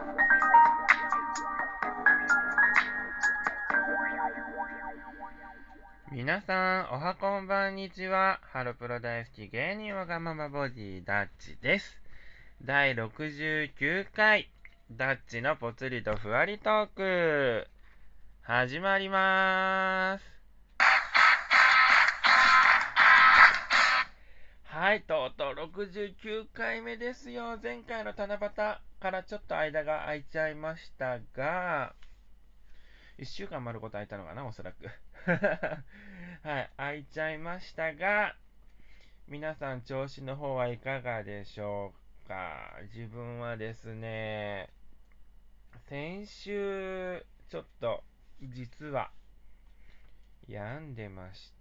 皆さん、おはこんばんにちは。ハロプロ大好き芸人わがままボディダッチです。第69回、ダッチのぽつりとふわりトーク、始まりまーす。はい、とうとう69回目ですよ。前回の七夕からちょっと間が空いちゃいましたが、1週間丸ごと空いたのかな、おそらく。はい、空いちゃいましたが、皆さん調子の方はいかがでしょうか。自分はですね、先週、ちょっと、実は、病んでました。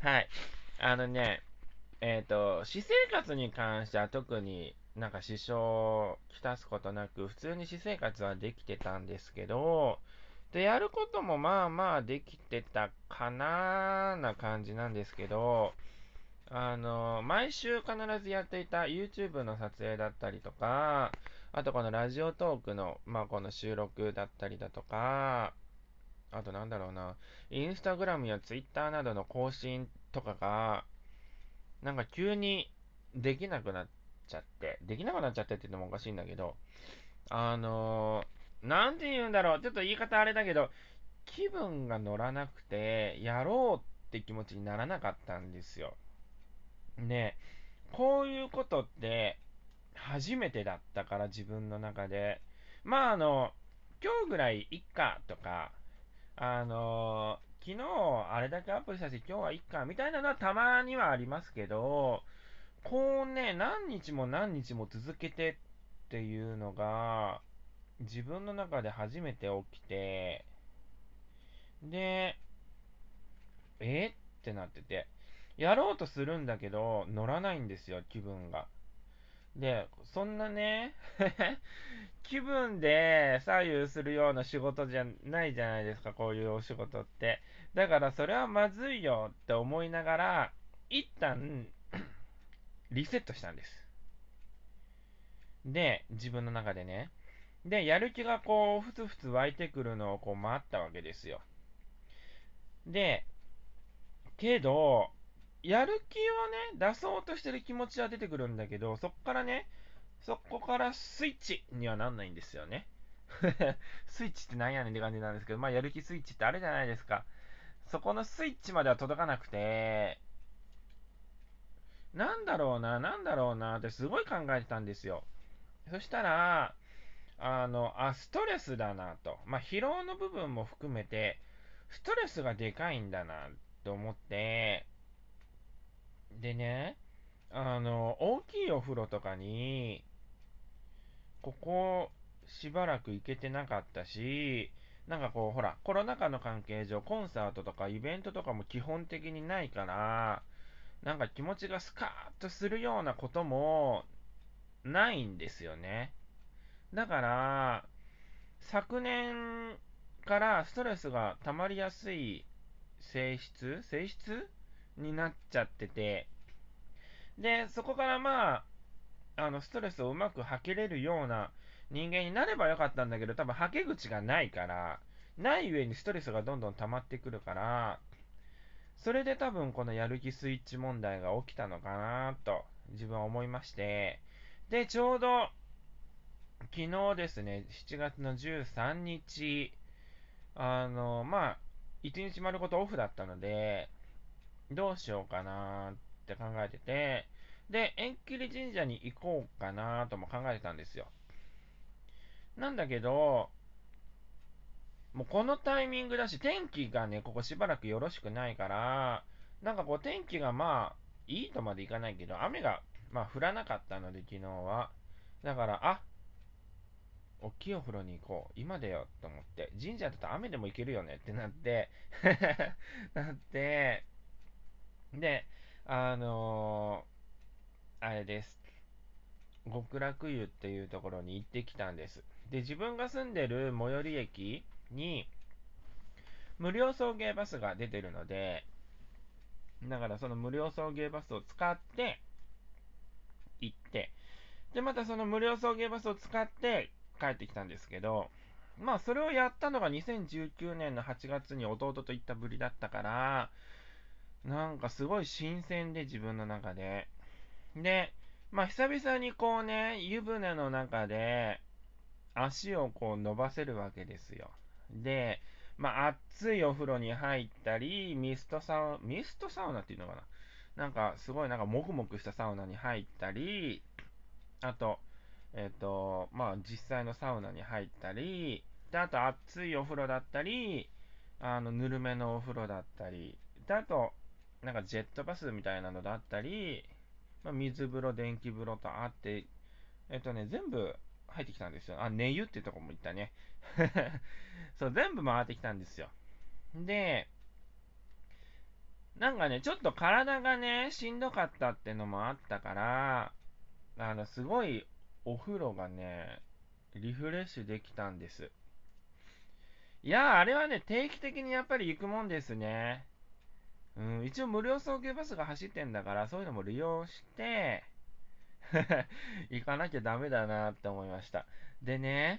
はい。あのね、私生活に関しては特になんか支障をきたすことなく、普通に私生活はできてたんですけど、で、やることもまあまあできてたかな感じなんですけど、毎週必ずやっていた YouTube の撮影だったりとか、あとこのラジオトークの、まあこの収録だったりだとか、あとなんだろうな、インスタグラムやツイッターなどの更新とかが、なんか急にできなくなっちゃってって言ってもおかしいんだけど、なんて言うんだろう、ちょっと言い方あれだけど、気分が乗らなくて、やろうって気持ちにならなかったんですよ。ね、こういうことって初めてだったから自分の中で。まあ今日ぐらいいっかとか、昨日あれだけアップしたし今日はいっかみたいなのはたまにはありますけど、こうね、何日も何日も続けてっていうのが自分の中で初めて起きて、で、ってなってて、やろうとするんだけど乗らないんですよ、気分が。で、そんなね気分で左右するような仕事じゃないじゃないですか、こういうお仕事って。だからそれはまずいよって思いながら、一旦リセットしたんです。で、自分の中でね。で、やる気がこう、ふつふつ湧いてくるのをこう待ったわけですよ。で、けど、やる気をね、出そうとしてる気持ちは出てくるんだけど、そこからスイッチにはなんないんですよね。スイッチってなんやねんって感じなんですけど、まあやる気スイッチってあれじゃないですか。そこのスイッチまでは届かなくて、なんだろうなってすごい考えてたんですよ。そしたら、ストレスだなと。まあ疲労の部分も含めて、ストレスがでかいんだなと思って、でね、大きいお風呂とかに、ここしばらく行けてなかったし、なんかこう、ほら、コロナ禍の関係上、コンサートとかイベントとかも基本的にないから、なんか気持ちがスカーッとするようなこともないんですよね。だから、昨年からストレスが溜まりやすい性質になっちゃってて、で、そこからまあ、ストレスをうまく吐けれるような人間になればよかったんだけど、多分吐け口がないから、ない上にストレスがどんどん溜まってくるから、それで多分このやる気スイッチ問題が起きたのかなと自分は思いまして、で、ちょうど昨日ですね、7月の13日、まあ、1日丸ごとオフだったので、どうしようかなって考えてて、で、縁切り神社に行こうかなとも考えてたんですよ。なんだけど、もうこのタイミングだし、天気がね、ここしばらくよろしくないから、なんかこう天気がまあ、いいとまでいかないけど、雨がまあ降らなかったので、昨日は。だから、大きいお風呂に行こう。今だよと思って。神社だと雨でも行けるよねってなってなって、で、あれです。極楽湯っていうところに行ってきたんです。で、自分が住んでる最寄り駅に無料送迎バスが出てるので、だからその無料送迎バスを使って行って、 で、またその無料送迎バスを使って帰ってきたんですけど、まあ、それをやったのが2019年の8月に弟と行ったぶりだったから、なんかすごい新鮮で自分の中で。で、まあ久々にこうね、湯船の中で足をこう伸ばせるわけですよ。で、まあ熱いお風呂に入ったり、ミストサウナっていうのかな。なんかすごいなんかもくもくしたサウナに入ったり、あと、まあ実際のサウナに入ったり、で、あと熱いお風呂だったり、ぬるめのお風呂だったり、で、あと、なんかジェットバスみたいなのだったり、まあ、水風呂、電気風呂とあって、全部入ってきたんですよ。あ、寝湯ってとこも行ったね。そう、全部回ってきたんですよ。で、なんかね、ちょっと体がね、しんどかったってのもあったから、すごいお風呂がね、リフレッシュできたんです。いやー、あれはね、定期的にやっぱり行くもんですね。うん、一応無料送迎バスが走ってんだから、そういうのも利用して行かなきゃダメだなって思いました。でね、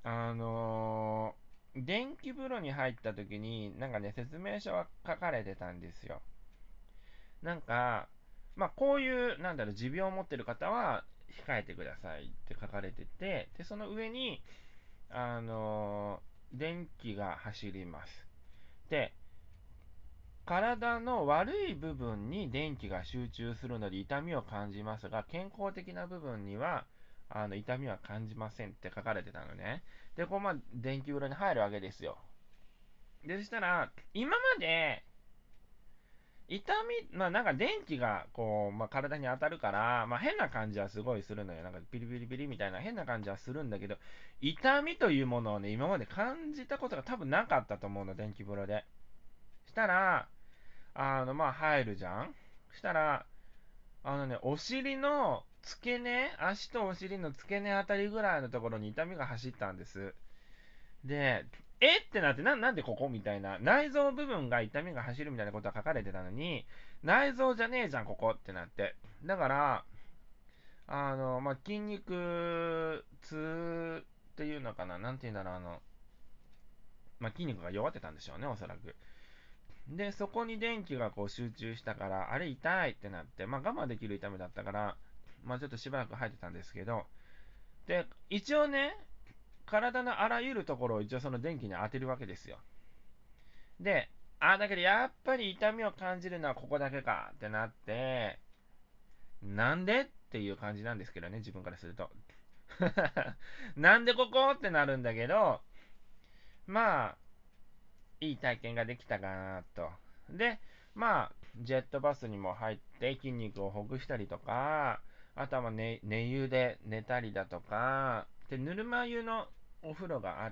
電気風呂に入った時に、なんかね、説明書が書かれてたんですよ。なんか、まあ、こういう、なんだろう、持病を持ってる方は控えてくださいって書かれてて、で、その上に、あの電気が走ります。で、体の悪い部分に電気が集中するので痛みを感じますが、健康的な部分には痛みは感じませんって書かれてたのね。で、こうまあ電気風呂に入るわけですよ。で、そしたら、今まで痛み、まあなんか電気がこう、まあ、体に当たるから、まあ変な感じはすごいするのよ。なんかピリピリピリみたいな変な感じはするんだけど、痛みというものをね、今まで感じたことが多分なかったと思うの、電気風呂で。したら、まあ入るじゃん。したら、お尻の付け根、足とお尻の付け根あたりぐらいのところに痛みが走ったんです。で、えってなって、なんでここみたいな、内臓部分が痛みが走るみたいなことは書かれてたのに、内臓じゃねえじゃん、ここってなって。だから、まあ、筋肉痛っていうのかな、なんていうんだろう、まあ、筋肉が弱ってたんでしょうね、おそらく。で、そこに電気がこう集中したから、あれ痛いってなって、まあ我慢できる痛みだったから、まあちょっとしばらく入ってたんですけど、で、一応ね、体のあらゆるところを一応その電気に当てるわけですよ。で、だけどやっぱり痛みを感じるのはここだけかってなって、なんでっていう感じなんですけどね、自分からすると。なんでここってなるんだけど、まあ、いい体験ができたかなと。で、まあ、ジェットバスにも入って筋肉をほぐしたりとか、あとは寝湯で寝たりだとか、で、ぬるま湯のお風呂があって、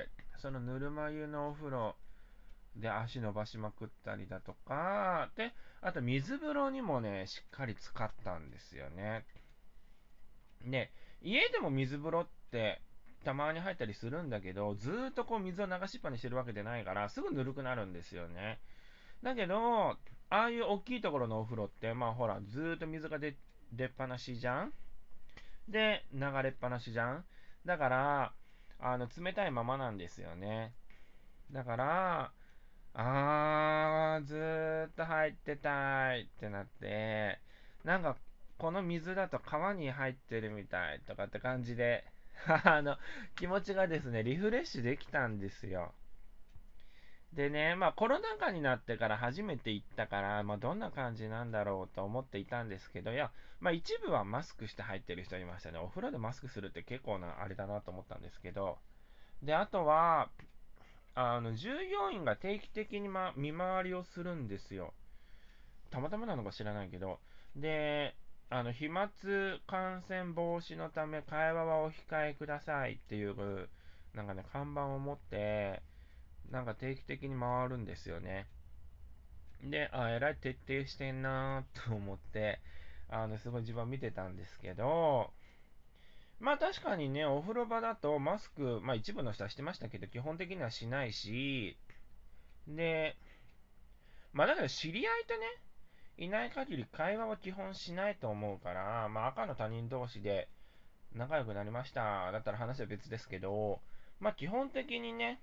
そのぬるま湯のお風呂で足伸ばしまくったりだとか、で、あと水風呂にもね、しっかり浸かったんですよね。で、家でも水風呂ってたまに入ったりするんだけど、ずーっとこう水を流しっぱにしてるわけじゃないから、すぐぬるくなるんですよね。だけど、ああいう大きいところのお風呂って、まあほら、ずーっと水が出っ放しじゃんで、流れっぱなしじゃんだから、冷たいままなんですよね。だから、ずーっと入ってたいってなって、なんか、この水だと川に入ってるみたいとかって感じで、気持ちがですね、リフレッシュできたんですよ。でね、まあコロナ禍になってから初めて行ったから、まあどんな感じなんだろうと思っていたんですけど、いや、まあ一部はマスクして入ってる人いましたね。お風呂でマスクするって結構なあれだなと思ったんですけど、で、あとは、従業員が定期的に、見回りをするんですよ。たまたまなのか知らないけど。で、飛沫感染防止のため会話はお控えくださいっていう、なんかね、看板を持って、なんか定期的に回るんですよね。で、えらい徹底してんなーと思って、すごい自分は見てたんですけど、まあ確かにね、お風呂場だとマスク、まあ一部の人はしてましたけど、基本的にはしないし、で、まあだけど知り合いとね、いない限り会話は基本しないと思うから、まあ赤の他人同士で、 仲良くなりましただったら話は別ですけど、まあ基本的にね、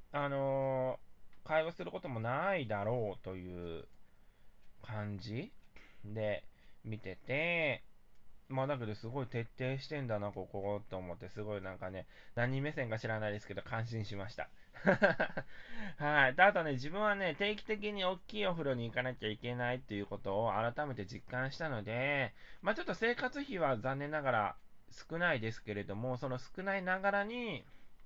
会話することもないだろうという感じで見てて、まあだけどすごい徹底してんだな、ここと思って、すごいなんかね、何目線か知らないですけど、感心しました。はい。であとね、自分はね、定期的に大きいお風呂に行かなきゃいけないっていうことを改めて実感したので、まあちょっと生活費は残念ながら少ないですけれども、その少ないながらに、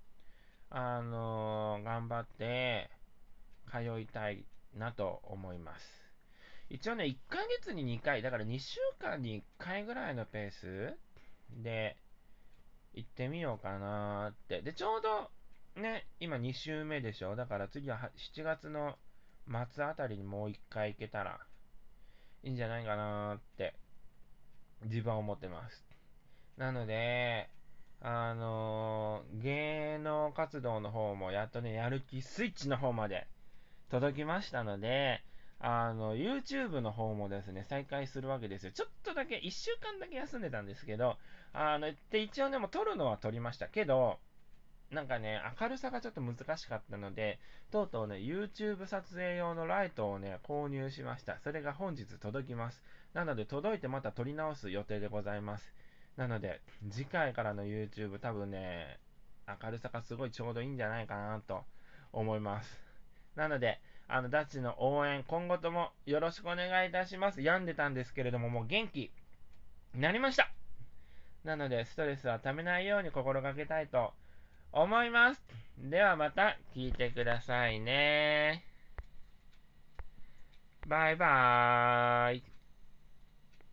頑張って通いたいなと思います。一応ね、1ヶ月に2回、だから2週間に1回ぐらいのペースで行ってみようかなーって。で、ちょうどね、今2週目でしょ。だから次は7月の末あたりにもう1回行けたらいいんじゃないかなーって自分は思ってます。なので、芸能活動の方もやっとね、やる気スイッチの方まで届きましたので、YouTube の方もですね、再開するわけですよ。ちょっとだけ、1週間だけ休んでたんですけど、一応ね、もう撮るのは撮りましたけど、なんかね、明るさがちょっと難しかったので、とうとうね、YouTube 撮影用のライトをね、購入しました。それが本日届きます。なので、届いてまた撮り直す予定でございます。なので、次回からの YouTube 多分ね、明るさがすごいちょうどいいんじゃないかなと思います。なので、ダッチの応援、今後ともよろしくお願いいたします。病んでたんですけれども、もう元気になりました。なので、ストレスはためないように心がけたいと思います。ではまた聞いてくださいね。バイバーイ。